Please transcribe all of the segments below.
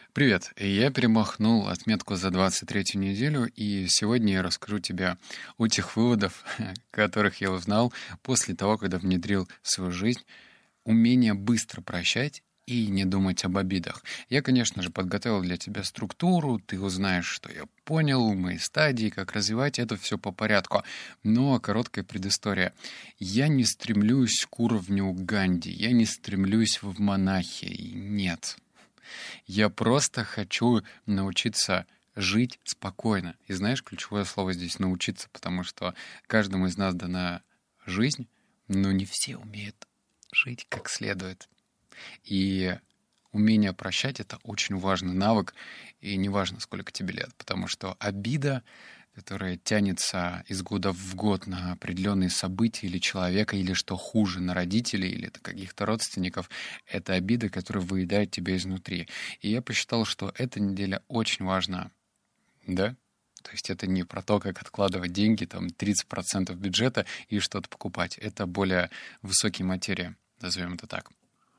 Привет! Я перемахнул отметку за 23-ю неделю, и сегодня я расскажу тебе о тех выводах, которых я узнал после того, когда внедрил в свою жизнь умение быстро прощать и не думать об обидах. Я, конечно же, подготовил для тебя структуру, ты узнаешь, что я понял, мои стадии, как развивать это все по порядку. Но короткая предыстория. Я не стремлюсь к уровню Ганди, я не стремлюсь в монахи. Нет. Я просто хочу научиться жить спокойно. И знаешь, ключевое слово здесь «научиться», потому что каждому из нас дана жизнь, но не все умеют жить как следует. И умение прощать — это очень важный навык, и неважно, сколько тебе лет, потому что обида, которая тянется из года в год на определенные события или человека, или, что хуже, на родителей или каких-то родственников, это обида, которая выедает тебя изнутри. И я посчитал, что эта неделя очень важна. Да? То есть это не про то, как откладывать деньги, там 30% бюджета и что-то покупать. Это более высокие материи, назовем это так.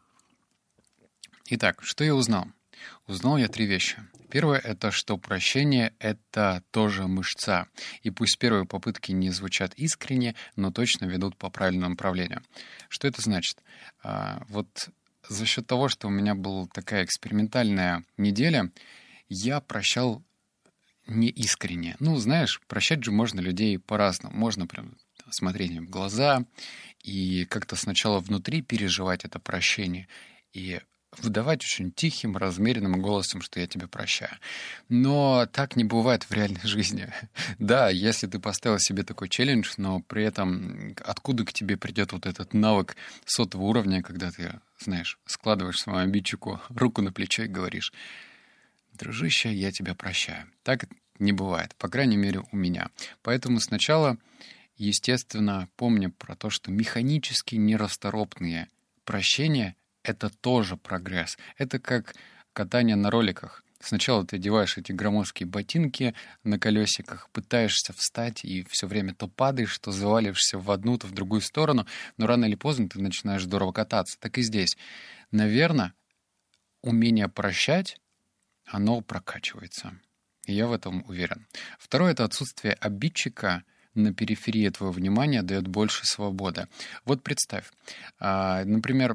Итак, что я узнал? Узнал я 3 вещи. Первое — это что прощение — это тоже мышца. И пусть первые попытки не звучат искренне, но точно ведут по правильному направлению. Что это значит? Вот за счет того, что у меня была такая экспериментальная неделя, я прощал неискренне. Ну, знаешь, прощать же можно людей по-разному. Можно прям смотреть им в глаза и как-то сначала внутри переживать это прощение. И выдавать очень тихим, размеренным голосом, что я тебя прощаю. Но так не бывает в реальной жизни. Да, если ты поставил себе такой челлендж, но при этом откуда к тебе придет вот этот навык сотого уровня, когда ты, знаешь, складываешь своему обидчику руку на плечо и говоришь: «Дружище, я тебя прощаю». Так не бывает, по крайней мере, у меня. Поэтому сначала, естественно, помня про то, что механически нерасторопные прощения — это тоже прогресс. Это как катание на роликах. Сначала ты одеваешь эти громоздкие ботинки на колесиках, пытаешься встать и все время то падаешь, то заваливаешься в одну, то в другую сторону, но рано или поздно ты начинаешь здорово кататься. Так и здесь. Наверное, умение прощать, оно прокачивается. И я в этом уверен. Второе — это отсутствие обидчика на периферии твоего внимания дает больше свободы. Вот представь, например,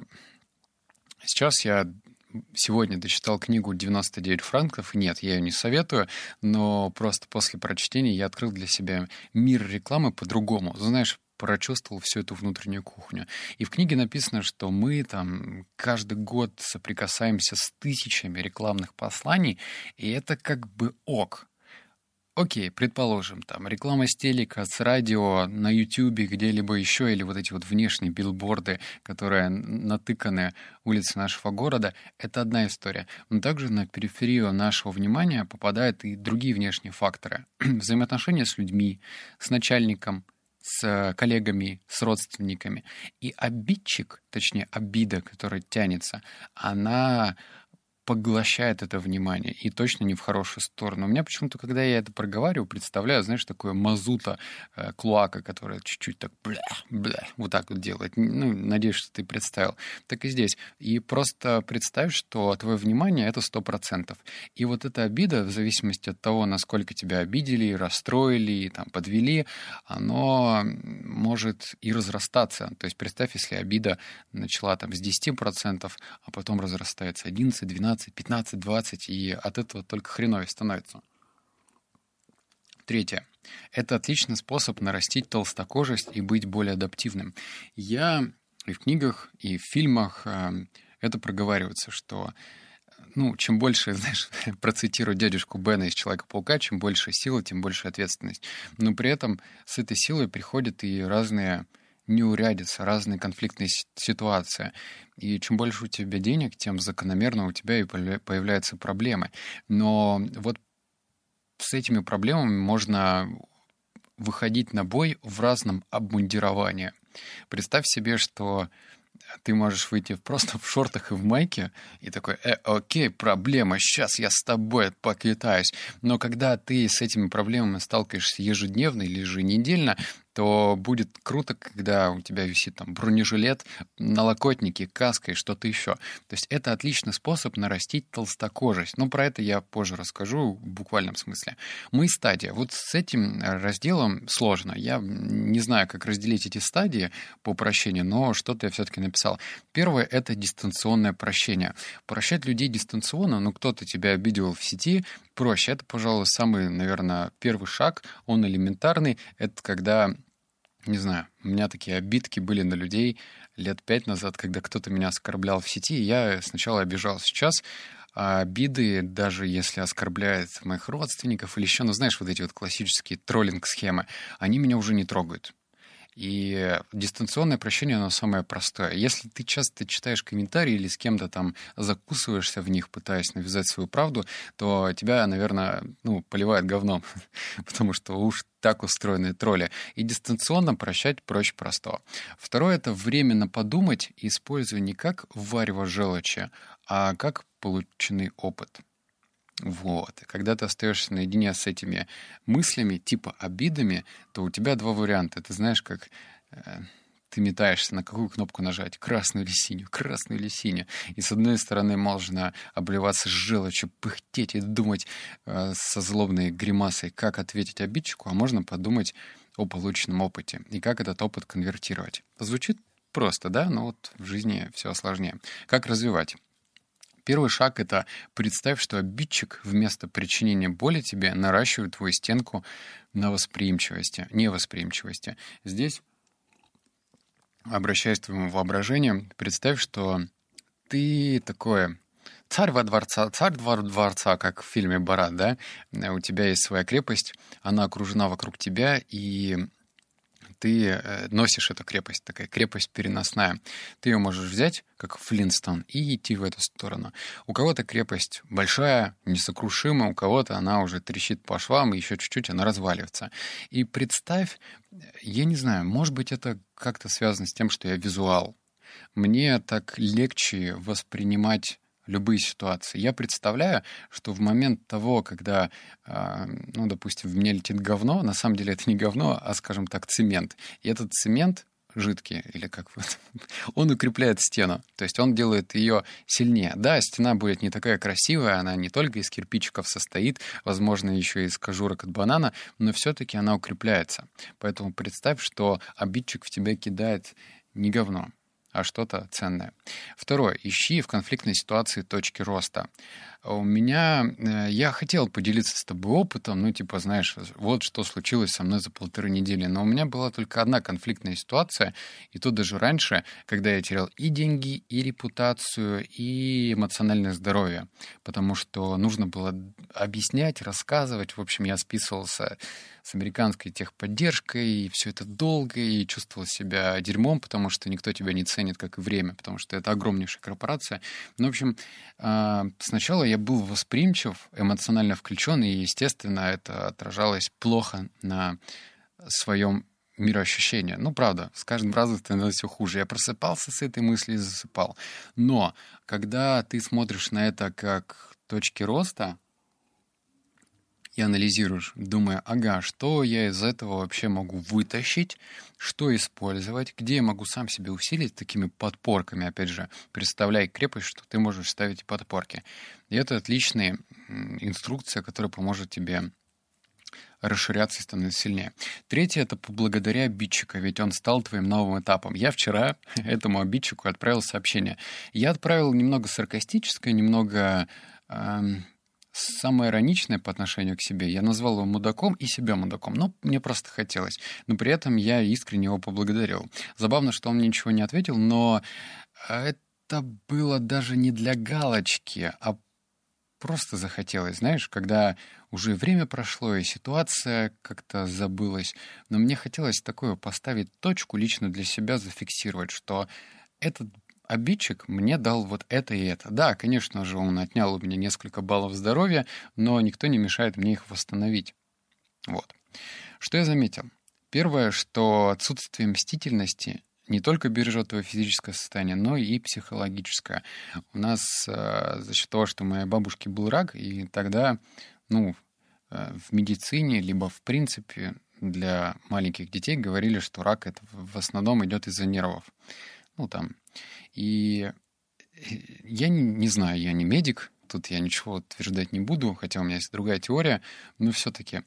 сейчас я сегодня дочитал книгу «99 франков». Нет, я ее не советую, но просто после прочтения я открыл для себя мир рекламы по-другому. Знаешь, прочувствовал всю эту внутреннюю кухню. И в книге написано, что мы там каждый год соприкасаемся с тысячами рекламных посланий, и это как бы ок. Окей, предположим, там реклама с телека, с радио, на Ютубе, где-либо еще, или вот эти вот внешние билборды, которые натыканы улицы нашего города, это одна история. Но также на периферию нашего внимания попадают и другие внешние факторы. Взаимоотношения с людьми, с начальником, с коллегами, с родственниками. И обидчик, точнее обида, которая тянется, она поглощает это внимание, и точно не в хорошую сторону. У меня почему-то, когда я это проговариваю, представляю, знаешь, такое мазута, клоака, которая чуть-чуть так бля, вот так вот делает. Ну, надеюсь, что ты представил. Так и здесь. И просто представь, что твое внимание — это 100%. И вот эта обида, в зависимости от того, насколько тебя обидели, расстроили, там, подвели, оно может и разрастаться. То есть представь, если обида начала там с 10%, а потом разрастается 11, 12, 15, 20, и от этого только хреновее становится. Третье. Это отличный способ нарастить толстокожесть и быть более адаптивным. Я и в книгах, и в фильмах это проговаривается, что чем больше, знаешь, процитирую дядюшку Бена из «Человека-паука», чем больше силы, тем больше ответственность. Но при этом с этой силой приходят и разные неурядица, разные конфликтные ситуации. И чем больше у тебя денег, тем закономерно у тебя и появляются проблемы. Но вот с этими проблемами можно выходить на бой в разном обмундировании. Представь себе, что ты можешь выйти просто в шортах и в майке и такой: окей, проблема, сейчас я с тобой поквитаюсь. Но когда ты с этими проблемами сталкиваешься ежедневно или еженедельно, то будет круто, когда у тебя висит там бронежилет, налокотники, каска и что-то еще. То есть это отличный способ нарастить толстокожесть. Но про это я позже расскажу в буквальном смысле. Мы стадия. Вот с этим разделом сложно. Я не знаю, как разделить эти стадии по прощению, но что-то я все-таки написал. Первое — это дистанционное прощение. Прощать людей дистанционно, ну, кто-то тебя обидел в сети, проще. Это, пожалуй, самый, наверное, первый шаг. Он элементарный. Это когда, не знаю, у меня такие обидки были на людей лет 5 назад, когда кто-то меня оскорблял в сети, и я сначала обижал. Сейчас обиды, даже если оскорбляет моих родственников или еще, ну, знаешь, вот эти вот классические троллинг-схемы, они меня уже не трогают. И дистанционное прощение, оно самое простое. Если ты часто читаешь комментарии или с кем-то там закусываешься в них, пытаясь навязать свою правду, то тебя, наверное, поливают говном, потому что уж так устроены тролли. И дистанционно прощать проще простого. Второе — это временно подумать, используя не как варево желчи, а как полученный опыт. Вот. И когда ты остаешься наедине с этими мыслями, типа обидами, то у тебя два варианта. Ты знаешь, как ты метаешься, на какую кнопку нажать, красную или синюю, красную или синюю. И с одной стороны можно обливаться желчью, пыхтеть и думать со злобной гримасой, как ответить обидчику, а можно подумать о полученном опыте и как этот опыт конвертировать. Звучит просто, да? Но вот в жизни все сложнее. Как развивать? Первый шаг — это представь, что обидчик вместо причинения боли тебе наращивает твою стенку на невосприимчивости. Здесь, обращаясь к твоему воображению, представь, что ты такое царь во дворца, как в фильме «Борат», да? У тебя есть своя крепость, она окружена вокруг тебя, и ты носишь эту крепость, такая крепость переносная. Ты ее можешь взять, как Флинстон, и идти в эту сторону. У кого-то крепость большая, несокрушимая, у кого-то она уже трещит по швам, и еще чуть-чуть она разваливается. И представь, я не знаю, может быть, это как-то связано с тем, что я визуал. Мне так легче воспринимать любые ситуации. Я представляю, что в момент того, когда, допустим, в меня летит говно, на самом деле это не говно, а, скажем так, цемент. И этот цемент жидкий, или как вот, он укрепляет стену, то есть он делает ее сильнее. Да, стена будет не такая красивая, она не только из кирпичиков состоит, возможно, еще и из кожурок от банана, но все-таки она укрепляется. Поэтому представь, что обидчик в тебя кидает не говно, а что-то ценное. Второе. Ищи в конфликтной ситуации точки роста. Я хотел поделиться с тобой опытом, знаешь, вот что случилось со мной за 1,5 недели, но у меня была только одна конфликтная ситуация, и то даже раньше, когда я терял и деньги, и репутацию, и эмоциональное здоровье, потому что нужно было объяснять, рассказывать, в общем, я списывался с американской техподдержкой, и все это долго, и чувствовал себя дерьмом, потому что никто тебя не ценит, как и время, потому что это огромнейшая корпорация. Ну, в общем, сначала я был восприимчив, эмоционально включен, и, естественно, это отражалось плохо на своем мироощущении. Ну, правда, с каждым разом становилось все хуже. Я просыпался с этой мыслью и засыпал. Но когда ты смотришь на это как точки роста, и анализируешь, думая, что я из этого вообще могу вытащить, что использовать, где я могу сам себя усилить такими подпорками, опять же, представляй крепость, что ты можешь ставить подпорки. И это отличная инструкция, которая поможет тебе расширяться и становиться сильнее. Третье — это поблагодаря обидчика, ведь он стал твоим новым этапом. Я вчера этому обидчику отправил сообщение. Я отправил немного саркастическое, немного самое ироничное по отношению к себе. Я назвал его мудаком и себя мудаком. Но мне просто хотелось. Но при этом я искренне его поблагодарил. Забавно, что он мне ничего не ответил, но это было даже не для галочки, а просто захотелось. Знаешь, когда уже время прошло, и ситуация как-то забылась. Но мне хотелось такое поставить точку, лично для себя зафиксировать, что этот обидчик мне дал вот это и это. Да, конечно же, он отнял у меня несколько баллов здоровья, но никто не мешает мне их восстановить. Вот. Что я заметил? Первое, что отсутствие мстительности не только бережет твое физическое состояние, но и психологическое. У нас за счет того, что у моей бабушки был рак, и тогда, в медицине, либо в принципе, для маленьких детей говорили, что рак это в основном идет из-за нервов. Ну, там. И я не знаю, я не медик, тут я ничего утверждать не буду, хотя у меня есть другая теория, но все-таки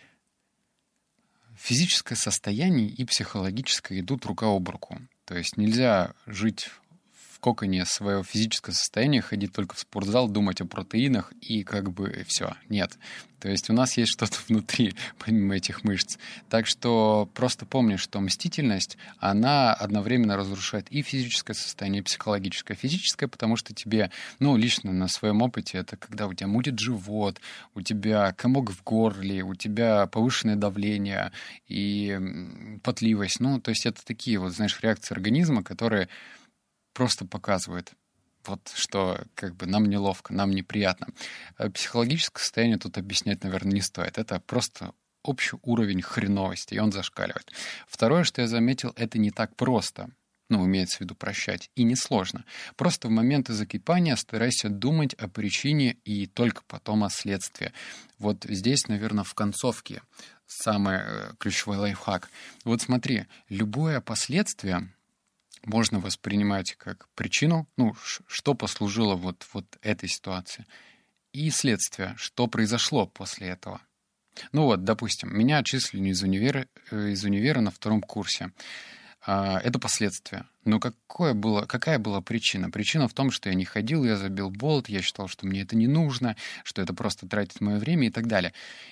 физическое состояние и психологическое идут рука об руку. То есть нельзя жить в коконе своего физического состояния, ходить только в спортзал, думать о протеинах и как бы все. Нет. То есть у нас есть что-то внутри, помимо этих мышц. Так что просто помни, что мстительность, она одновременно разрушает и физическое состояние, и психологическое. Физическое, потому что тебе, ну, лично на своем опыте, это когда у тебя мутит живот, у тебя комок в горле, у тебя повышенное давление и потливость. Ну, то есть это такие вот, знаешь, реакции организма, которые просто показывают, вот что как бы нам неловко, нам неприятно. Психологическое состояние тут объяснять, наверное, не стоит. Это просто общий уровень хреновости, и он зашкаливает. Второе, что я заметил, это не так просто. Ну, имеется в виду прощать. И несложно. Просто в моменты закипания старайся думать о причине и только потом о следствии. Вот здесь, наверное, в концовке самый ключевой лайфхак. Вот смотри, любое последствие можно воспринимать как причину, ну, что послужило вот этой ситуации, и следствие, что произошло после этого. Ну вот, допустим, меня отчислили из универа на втором курсе. Это последствия. Но какая была причина? Причина в том, что я не ходил, я забил болт, я считал, что мне это не нужно, что это просто тратит мое время и так далее.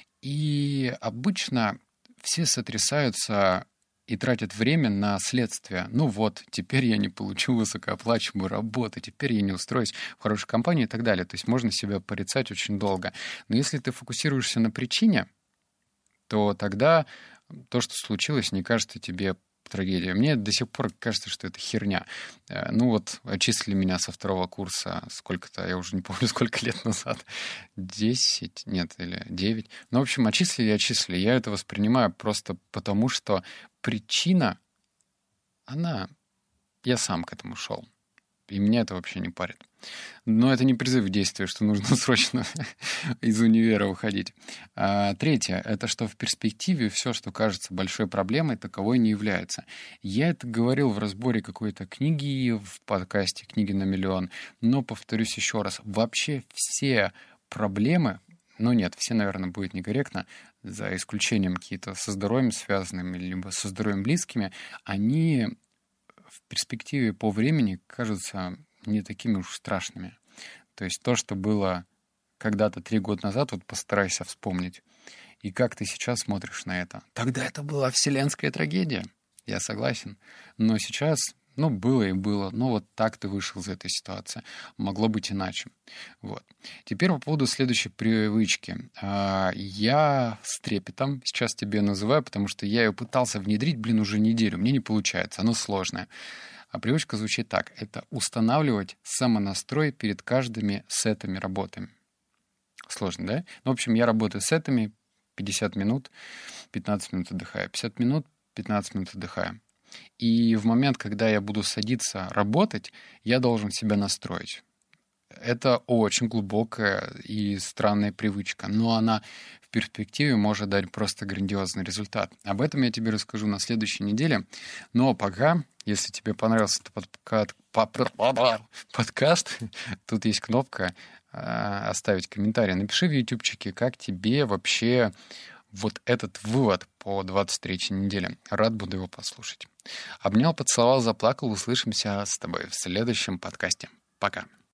И обычно все сотрясаются и тратят время на следствие. Ну вот, теперь я не получу высокооплачиваемую работу, теперь я не устроюсь в хорошую компанию и так далее. То есть можно себя порицать очень долго. Но если ты фокусируешься на причине, то тогда то, что случилось, не кажется тебе трагедией. Мне до сих пор кажется, что это херня. Ну вот, отчислили меня со второго курса сколько-то, я уже не помню, сколько лет назад. 10, нет, или 9. Ну, в общем, отчислили. Я это воспринимаю просто потому, что причина, я сам к этому шел. И меня это вообще не парит. Но это не призыв к действию, что нужно срочно из универа уходить. Третье — это что в перспективе все, что кажется большой проблемой, таковой не является. Я это говорил в разборе какой-то книги в подкасте «Книги на миллион», но повторюсь еще раз. Вообще все проблемы, ну нет, все, наверное, будет некорректно, за исключением какие-то со здоровьем связанными, либо со здоровьем близкими, они в перспективе по времени кажутся не такими уж страшными. То есть то, что было когда-то 3 года назад, вот постарайся вспомнить. И как ты сейчас смотришь на это? Тогда это была вселенская трагедия, я согласен. Но сейчас, было и было. Вот так ты вышел из этой ситуации. Могло быть иначе. Вот. Теперь по поводу следующей привычки. Я с трепетом сейчас тебе называю, потому что я ее пытался внедрить, уже неделю. Мне не получается, оно сложное. А привычка звучит так. Это устанавливать самонастрой перед каждыми сетами работами. Сложно, да? В общем, я работаю сетами 50 минут, 15 минут отдыхаю. 50 минут, 15 минут отдыхаю. И в момент, когда я буду садиться работать, я должен себя настроить. Это очень глубокая и странная привычка, но она в перспективе может дать просто грандиозный результат. Об этом я тебе расскажу на следующей неделе. Но пока, если тебе понравился этот подкаст, тут есть кнопка оставить комментарий. Напиши в ютубчике, как тебе вообще вот этот вывод по 23-й неделе. Рад буду его послушать. Обнял, поцеловал, заплакал. Услышимся с тобой в следующем подкасте. Пока.